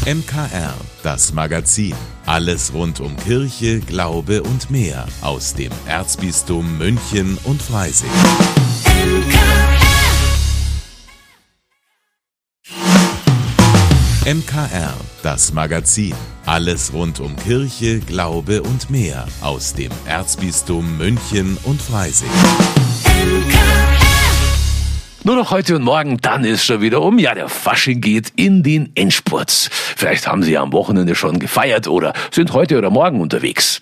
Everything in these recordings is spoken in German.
MKR, das Magazin. Alles rund um Kirche, Glaube und mehr aus dem Erzbistum München und Freising. MKR, das Magazin. Alles rund um Kirche, Glaube und mehr aus dem Erzbistum München und Freising. Nur noch heute und morgen, dann ist schon wieder um. Ja, der Fasching geht in den Endspurt. Vielleicht haben Sie ja am Wochenende schon gefeiert oder sind heute oder morgen unterwegs.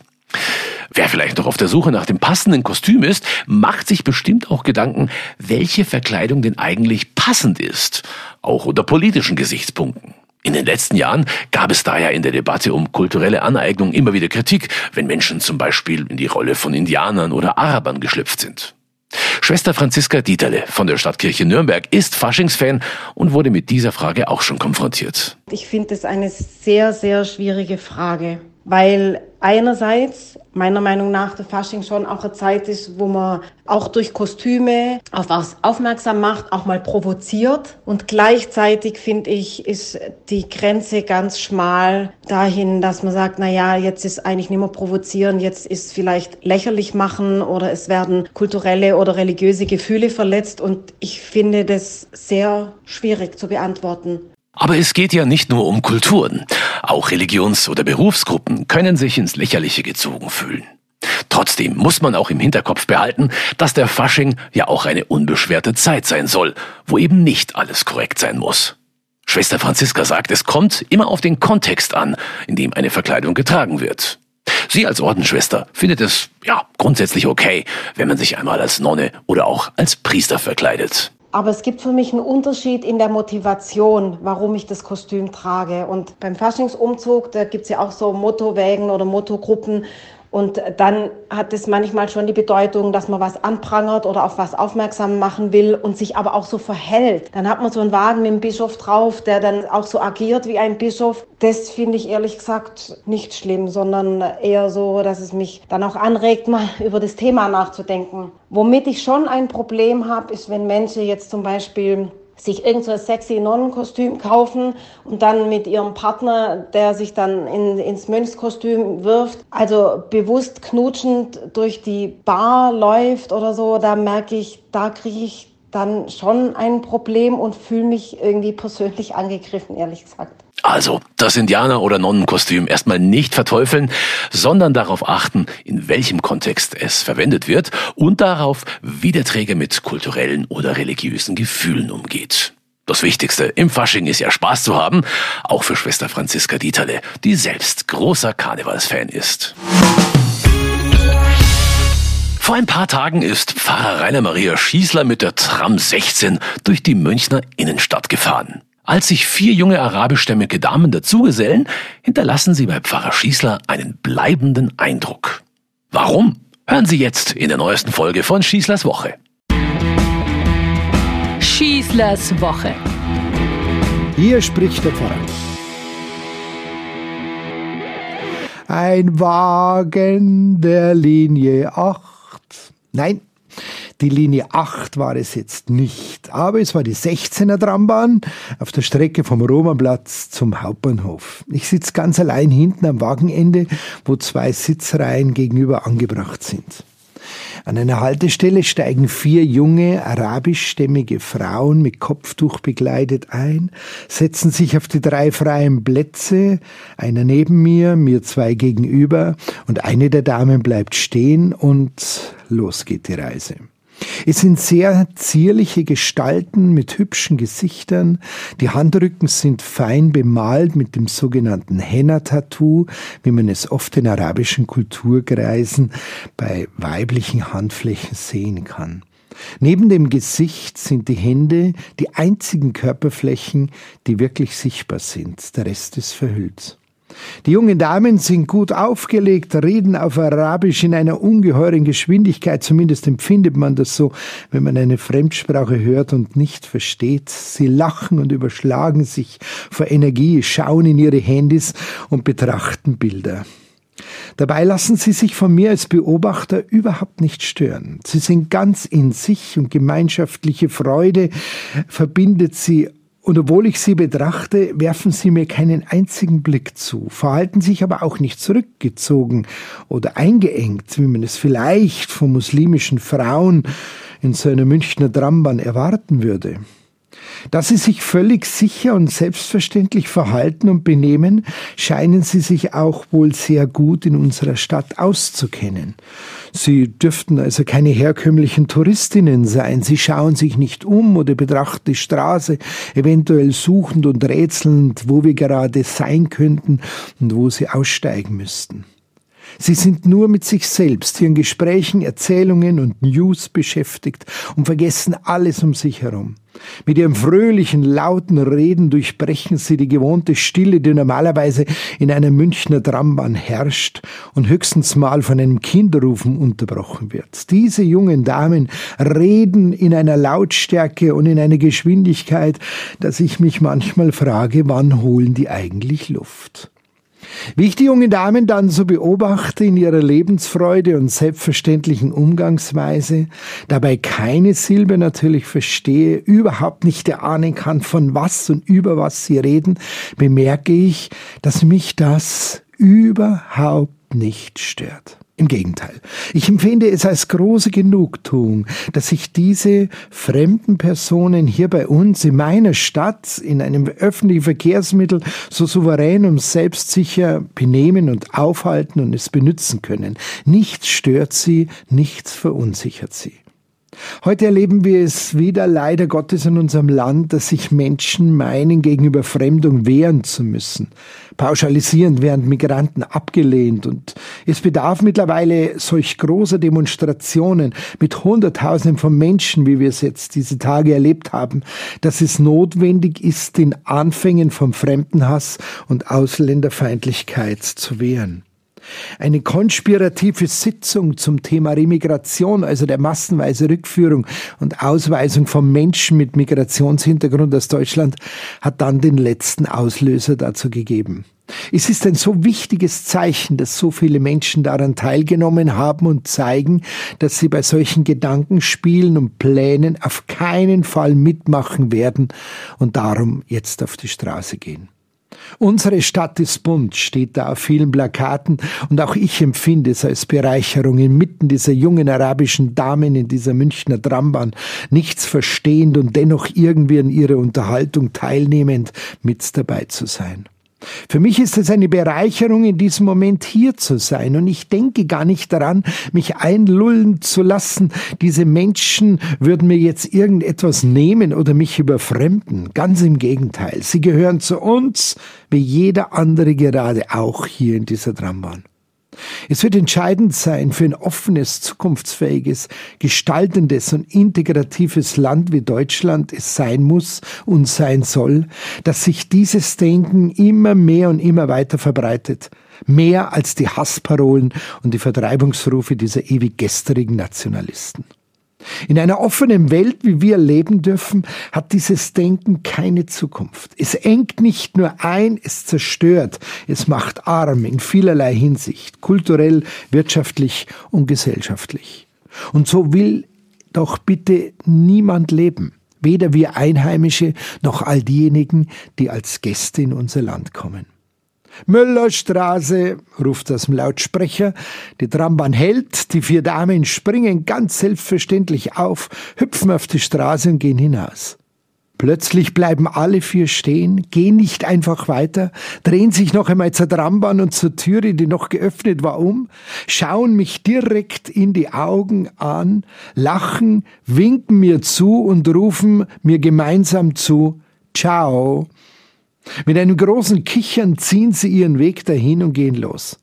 Wer vielleicht noch auf der Suche nach dem passenden Kostüm ist, macht sich bestimmt auch Gedanken, welche Verkleidung denn eigentlich passend ist. Auch unter politischen Gesichtspunkten. In den letzten Jahren gab es daher in der Debatte um kulturelle Aneignung immer wieder Kritik, wenn Menschen zum Beispiel in die Rolle von Indianern oder Arabern geschlüpft sind. Schwester Franziska Dieterle von der Stadtkirche Nürnberg ist Faschingsfan und wurde mit dieser Frage auch schon konfrontiert. Ich finde es eine sehr, sehr schwierige Frage, weil einerseits meiner Meinung nach der Fasching schon auch eine Zeit ist, wo man auch durch Kostüme auf was aufmerksam macht, auch mal provoziert. Und gleichzeitig, finde ich, ist die Grenze ganz schmal dahin, dass man sagt, na ja, jetzt ist eigentlich nicht mehr provozieren, jetzt ist vielleicht lächerlich machen oder es werden kulturelle oder religiöse Gefühle verletzt. Und ich finde das sehr schwierig zu beantworten. Aber es geht ja nicht nur um Kulturen. Auch Religions- oder Berufsgruppen können sich ins Lächerliche gezogen fühlen. Trotzdem muss man auch im Hinterkopf behalten, dass der Fasching ja auch eine unbeschwerte Zeit sein soll, wo eben nicht alles korrekt sein muss. Schwester Franziska sagt, es kommt immer auf den Kontext an, in dem eine Verkleidung getragen wird. Sie als Ordensschwester findet es ja grundsätzlich okay, wenn man sich einmal als Nonne oder auch als Priester verkleidet. Aber es gibt für mich einen Unterschied in der Motivation, warum ich das Kostüm trage. Und beim Faschingsumzug, da gibt's ja auch so Mottowägen oder Mottogruppen. Und dann hat es manchmal schon die Bedeutung, dass man was anprangert oder auf was aufmerksam machen will und sich aber auch so verhält. Dann hat man so einen Wagen mit dem Bischof drauf, der dann auch so agiert wie ein Bischof. Das finde ich ehrlich gesagt nicht schlimm, sondern eher so, dass es mich dann auch anregt, mal über das Thema nachzudenken. Womit ich schon ein Problem habe, ist, wenn Menschen jetzt zum Beispiel sich irgend so ein sexy Nonnenkostüm kaufen und dann mit ihrem Partner, der sich dann ins Mönchskostüm wirft, also bewusst knutschend durch die Bar läuft oder so, da merke ich, da kriege ich dann schon ein Problem und fühle mich irgendwie persönlich angegriffen, ehrlich gesagt. Also, das Indianer- oder Nonnenkostüm erstmal nicht verteufeln, sondern darauf achten, in welchem Kontext es verwendet wird und darauf, wie der Träger mit kulturellen oder religiösen Gefühlen umgeht. Das Wichtigste im Fasching ist ja Spaß zu haben, auch für Schwester Franziska Dieterle, die selbst großer Karnevalsfan ist. Vor ein paar Tagen ist Pfarrer Rainer Maria Schießler mit der Tram 16 durch die Münchner Innenstadt gefahren. Als sich 4 junge arabischstämmige Damen dazugesellen, hinterlassen sie bei Pfarrer Schießler einen bleibenden Eindruck. Warum? Hören Sie jetzt in der neuesten Folge von Schießlers Woche. Schießlers Woche. Hier spricht der Pfarrer. Ein Wagen der Linie 8. Nein, die Linie 8 war es jetzt nicht, aber es war die 16er Trambahn auf der Strecke vom Romanplatz zum Hauptbahnhof. Ich sitze ganz allein hinten am Wagenende, wo 2 Sitzreihen gegenüber angebracht sind. An einer Haltestelle steigen 4 junge, arabischstämmige Frauen mit Kopftuch bekleidet ein, setzen sich auf die 3 freien Plätze, einer neben mir 2 gegenüber, und eine der Damen bleibt stehen und los geht die Reise. Es sind sehr zierliche Gestalten mit hübschen Gesichtern. Die Handrücken sind fein bemalt mit dem sogenannten Henna-Tattoo, wie man es oft in arabischen Kulturkreisen bei weiblichen Handflächen sehen kann. Neben dem Gesicht sind die Hände die einzigen Körperflächen, die wirklich sichtbar sind. Der Rest ist verhüllt. Die jungen Damen sind gut aufgelegt, reden auf Arabisch in einer ungeheuren Geschwindigkeit, zumindest empfindet man das so, wenn man eine Fremdsprache hört und nicht versteht. Sie lachen und überschlagen sich vor Energie, schauen in ihre Handys und betrachten Bilder. Dabei lassen sie sich von mir als Beobachter überhaupt nicht stören. Sie sind ganz in sich und gemeinschaftliche Freude verbindet sie Und obwohl ich sie betrachte, werfen sie mir keinen einzigen Blick zu, verhalten sich aber auch nicht zurückgezogen oder eingeengt, wie man es vielleicht von muslimischen Frauen in so einer Münchner Trambahn erwarten würde. Dass sie sich völlig sicher und selbstverständlich verhalten und benehmen, scheinen sie sich auch wohl sehr gut in unserer Stadt auszukennen. Sie dürften also keine herkömmlichen Touristinnen sein. Sie schauen sich nicht um oder betrachten die Straße, eventuell suchend und rätselnd, wo wir gerade sein könnten und wo sie aussteigen müssten. Sie sind nur mit sich selbst, ihren Gesprächen, Erzählungen und News beschäftigt und vergessen alles um sich herum. Mit ihrem fröhlichen, lauten Reden durchbrechen sie die gewohnte Stille, die normalerweise in einer Münchner Trambahn herrscht und höchstens mal von einem Kinderrufen unterbrochen wird. Diese jungen Damen reden in einer Lautstärke und in einer Geschwindigkeit, dass ich mich manchmal frage, wann holen die eigentlich Luft? Wie ich die jungen Damen dann so beobachte in ihrer Lebensfreude und selbstverständlichen Umgangsweise, dabei keine Silbe natürlich verstehe, überhaupt nicht erahnen kann, von was und über was sie reden, bemerke ich, dass mich das überhaupt nicht stört. Im Gegenteil, ich empfinde es als große Genugtuung, dass sich diese fremden Personen hier bei uns in meiner Stadt in einem öffentlichen Verkehrsmittel so souverän und selbstsicher benehmen und aufhalten und es benutzen können. Nichts stört sie, nichts verunsichert sie. Heute erleben wir es wieder leider Gottes in unserem Land, dass sich Menschen meinen, gegen Überfremdung wehren zu müssen. Pauschalisierend werden Migranten abgelehnt und es bedarf mittlerweile solch großer Demonstrationen mit Hunderttausenden von Menschen, wie wir es jetzt diese Tage erlebt haben, dass es notwendig ist, den Anfängen vom Fremdenhass und Ausländerfeindlichkeit zu wehren. Eine konspirative Sitzung zum Thema Remigration, also der massenweise Rückführung und Ausweisung von Menschen mit Migrationshintergrund aus Deutschland, hat dann den letzten Auslöser dazu gegeben. Es ist ein so wichtiges Zeichen, dass so viele Menschen daran teilgenommen haben und zeigen, dass sie bei solchen Gedankenspielen und Plänen auf keinen Fall mitmachen werden und darum jetzt auf die Straße gehen. Unsere Stadt ist bunt, steht da auf vielen Plakaten und auch ich empfinde es als Bereicherung, inmitten dieser jungen arabischen Damen in dieser Münchner Trambahn, nichts verstehend und dennoch irgendwie an ihrer Unterhaltung teilnehmend mit dabei zu sein. Für mich ist es eine Bereicherung, in diesem Moment hier zu sein und ich denke gar nicht daran, mich einlullen zu lassen. Diese Menschen würden mir jetzt irgendetwas nehmen oder mich überfremden. Ganz im Gegenteil, sie gehören zu uns, wie jeder andere gerade auch hier in dieser Trambahn. Es wird entscheidend sein für ein offenes, zukunftsfähiges, gestaltendes und integratives Land wie Deutschland es sein muss und sein soll, dass sich dieses Denken immer mehr und immer weiter verbreitet. Mehr als die Hassparolen und die Vertreibungsrufe dieser ewig gestrigen Nationalisten. In einer offenen Welt, wie wir leben dürfen, hat dieses Denken keine Zukunft. Es engt nicht nur ein, es zerstört, es macht arm in vielerlei Hinsicht, kulturell, wirtschaftlich und gesellschaftlich. Und so will doch bitte niemand leben, weder wir Einheimische noch all diejenigen, die als Gäste in unser Land kommen. Müllerstraße, ruft aus dem Lautsprecher, die Trambahn hält, die 4 Damen springen ganz selbstverständlich auf, hüpfen auf die Straße und gehen hinaus. Plötzlich bleiben alle 4 stehen, gehen nicht einfach weiter, drehen sich noch einmal zur Trambahn und zur Türe, die noch geöffnet war, schauen mich direkt in die Augen an, lachen, winken mir zu und rufen mir gemeinsam zu, Ciao. Mit einem großen Kichern ziehen sie ihren Weg dahin und gehen los.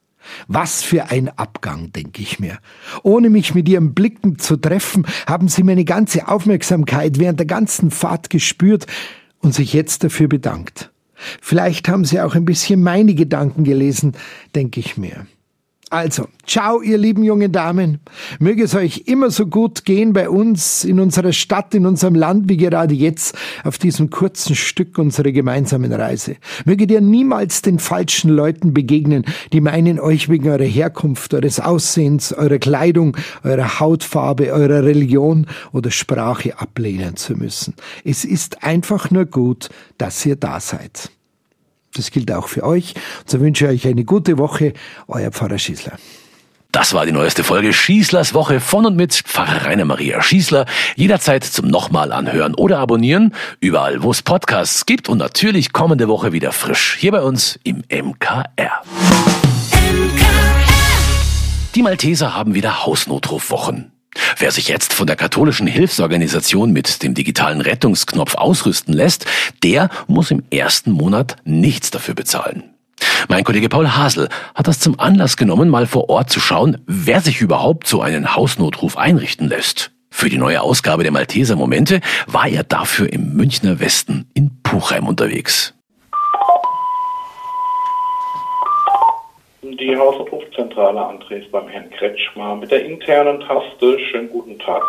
Was für ein Abgang, denke ich mir. Ohne mich mit ihren Blicken zu treffen, haben sie meine ganze Aufmerksamkeit während der ganzen Fahrt gespürt und sich jetzt dafür bedankt. Vielleicht haben sie auch ein bisschen meine Gedanken gelesen, denke ich mir. Also, ciao, ihr lieben jungen Damen. Möge es euch immer so gut gehen bei uns, in unserer Stadt, in unserem Land, wie gerade jetzt auf diesem kurzen Stück unserer gemeinsamen Reise. Möget ihr niemals den falschen Leuten begegnen, die meinen, euch wegen eurer Herkunft, eures Aussehens, eurer Kleidung, eurer Hautfarbe, eurer Religion oder Sprache ablehnen zu müssen. Es ist einfach nur gut, dass ihr da seid. Das gilt auch für euch. Und so wünsche ich euch eine gute Woche. Euer Pfarrer Schießler. Das war die neueste Folge Schießlers Woche von und mit Pfarrer Rainer Maria Schießler. Jederzeit zum nochmal anhören oder abonnieren. Überall, wo es Podcasts gibt. Und natürlich kommende Woche wieder frisch. Hier bei uns im MKR. Die Malteser haben wieder Hausnotrufwochen. Wer sich jetzt von der katholischen Hilfsorganisation mit dem digitalen Rettungsknopf ausrüsten lässt, der muss im ersten Monat nichts dafür bezahlen. Mein Kollege Paul Hasel hat das zum Anlass genommen, mal vor Ort zu schauen, wer sich überhaupt so einen Hausnotruf einrichten lässt. Für die neue Ausgabe der Malteser Momente war er dafür im Münchner Westen in Puchheim unterwegs. Die Hausnotrufzentrale Andres beim Herrn Kretschmer mit der internen Taste. Schönen guten Tag.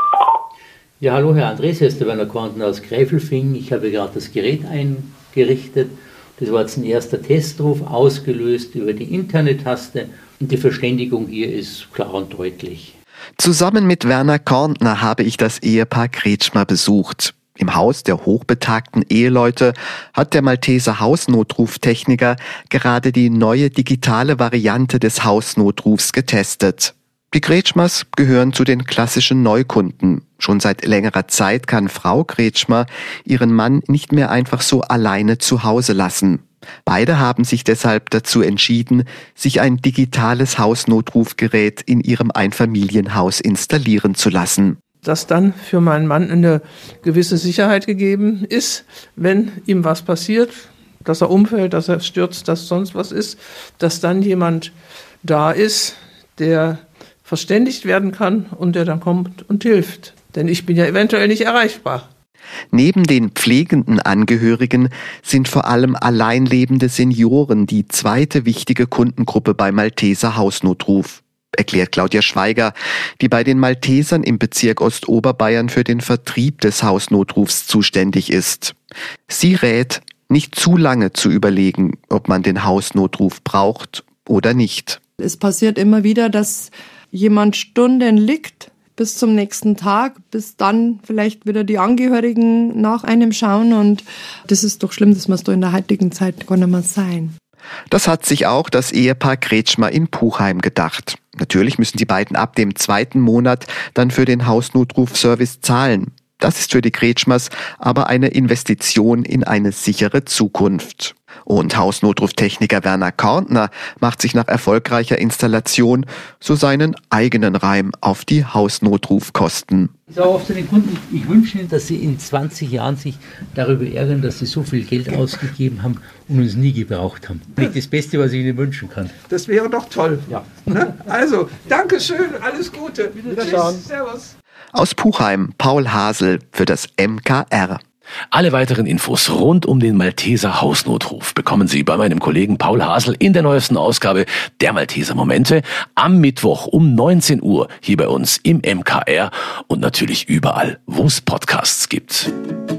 Ja, hallo Herr Andres, hier ist der Werner Korntner aus Gräfelfing. Ich habe gerade das Gerät eingerichtet. Das war jetzt ein erster Testruf, ausgelöst über die interne Taste. Und die Verständigung hier ist klar und deutlich. Zusammen mit Werner Korntner habe ich das Ehepaar Kretschmer besucht. Im Haus der hochbetagten Eheleute hat der Malteser Hausnotruftechniker gerade die neue digitale Variante des Hausnotrufs getestet. Die Kretschmers gehören zu den klassischen Neukunden. Schon seit längerer Zeit kann Frau Kretschmer ihren Mann nicht mehr einfach so alleine zu Hause lassen. Beide haben sich deshalb dazu entschieden, sich ein digitales Hausnotrufgerät in ihrem Einfamilienhaus installieren zu lassen. Dass dann für meinen Mann eine gewisse Sicherheit gegeben ist, wenn ihm was passiert, dass er umfällt, dass er stürzt, dass sonst was ist, dass dann jemand da ist, der verständigt werden kann und der dann kommt und hilft. Denn ich bin ja eventuell nicht erreichbar. Neben den pflegenden Angehörigen sind vor allem alleinlebende Senioren die zweite wichtige Kundengruppe bei Malteser Hausnotruf, erklärt Claudia Schweiger, die bei den Maltesern im Bezirk Ostoberbayern für den Vertrieb des Hausnotrufs zuständig ist. Sie rät, nicht zu lange zu überlegen, ob man den Hausnotruf braucht oder nicht. Es passiert immer wieder, dass jemand Stunden liegt bis zum nächsten Tag, bis dann vielleicht wieder die Angehörigen nach einem schauen, und das ist doch schlimm, das muss doch in der heutigen Zeit gar nicht mehr sein. Das hat sich auch das Ehepaar Kretschmer in Puchheim gedacht. Natürlich müssen die beiden ab dem 2. Monat dann für den Hausnotrufservice zahlen. Das ist für die Kretschmers aber eine Investition in eine sichere Zukunft. Und Hausnotruftechniker Werner Korntner macht sich nach erfolgreicher Installation so seinen eigenen Reim auf die Hausnotrufkosten. Ich sage oft zu den Kunden, ich wünsche Ihnen, dass Sie in 20 Jahren sich darüber ärgern, dass Sie so viel Geld ausgegeben haben und uns nie gebraucht haben. Nicht das Beste, was ich Ihnen wünschen kann. Das wäre doch toll. Ja. Also, Dankeschön, alles Gute. Tschüss, servus. Aus Puchheim, Paul Hasel für das MKR. Alle weiteren Infos rund um den Malteser Hausnotruf bekommen Sie bei meinem Kollegen Paul Hasel in der neuesten Ausgabe der Malteser Momente am Mittwoch um 19 Uhr hier bei uns im MKR und natürlich überall, wo es Podcasts gibt.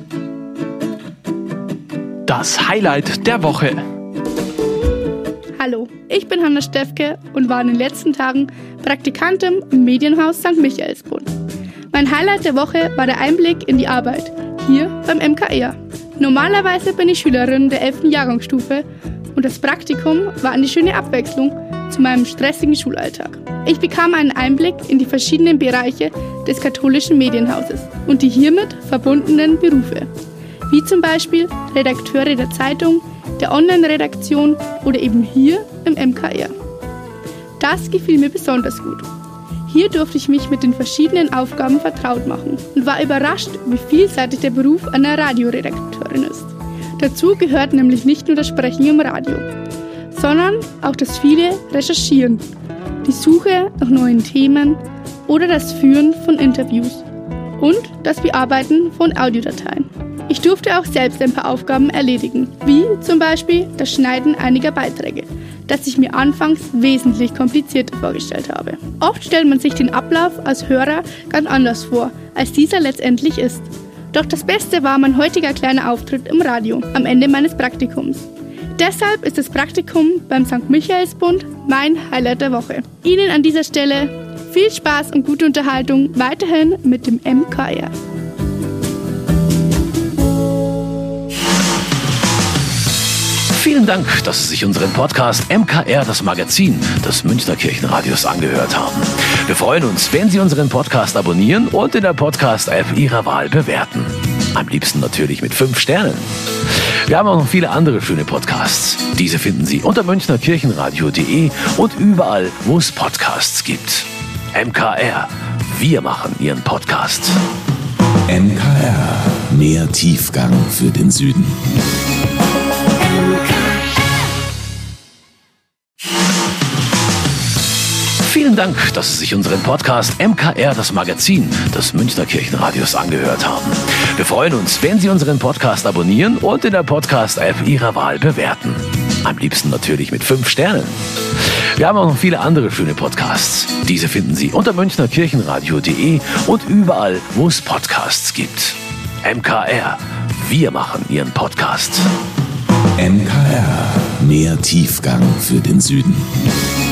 Das Highlight der Woche. Hallo, ich bin Hanna Steffke und war in den letzten Tagen Praktikantin im Medienhaus St. Michaelsbund. Mein Highlight der Woche war der Einblick in die Arbeit hier beim MKR. Normalerweise bin ich Schülerin der 11. Jahrgangsstufe und das Praktikum war eine schöne Abwechslung zu meinem stressigen Schulalltag. Ich bekam einen Einblick in die verschiedenen Bereiche des katholischen Medienhauses und die hiermit verbundenen Berufe, wie zum Beispiel Redakteure der Zeitung, der Online-Redaktion oder eben hier im MKR. Das gefiel mir besonders gut. Hier durfte ich mich mit den verschiedenen Aufgaben vertraut machen und war überrascht, wie vielseitig der Beruf einer Radioredakteurin ist. Dazu gehört nämlich nicht nur das Sprechen im Radio, sondern auch das viele Recherchieren, die Suche nach neuen Themen oder das Führen von Interviews und das Bearbeiten von Audiodateien. Ich durfte auch selbst ein paar Aufgaben erledigen, wie zum Beispiel das Schneiden einiger Beiträge, das ich mir anfangs wesentlich komplizierter vorgestellt habe. Oft stellt man sich den Ablauf als Hörer ganz anders vor, als dieser letztendlich ist. Doch das Beste war mein heutiger kleiner Auftritt im Radio am Ende meines Praktikums. Deshalb ist das Praktikum beim St. Michaelsbund mein Highlight der Woche. Ihnen an dieser Stelle viel Spaß und gute Unterhaltung weiterhin mit dem MKR. Vielen Dank, dass Sie sich unseren Podcast MKR, das Magazin des Münchner Kirchenradios, angehört haben. Wir freuen uns, wenn Sie unseren Podcast abonnieren und in der Podcast-App Ihrer Wahl bewerten. Am liebsten natürlich mit 5 Sternen. Wir haben auch noch viele andere schöne Podcasts. Diese finden Sie unter münchnerkirchenradio.de und überall, wo es Podcasts gibt. MKR, wir machen Ihren Podcast. MKR, mehr Tiefgang für den Süden. Vielen Dank, dass Sie sich unseren Podcast MKR, das Magazin des Münchner Kirchenradios, angehört haben. Wir freuen uns, wenn Sie unseren Podcast abonnieren und in der Podcast-App Ihrer Wahl bewerten. Am liebsten natürlich mit 5 Sternen. Wir haben auch noch viele andere schöne Podcasts. Diese finden Sie unter münchnerkirchenradio.de und überall, wo es Podcasts gibt. MKR, wir machen Ihren Podcast. MKR, mehr Tiefgang für den Süden.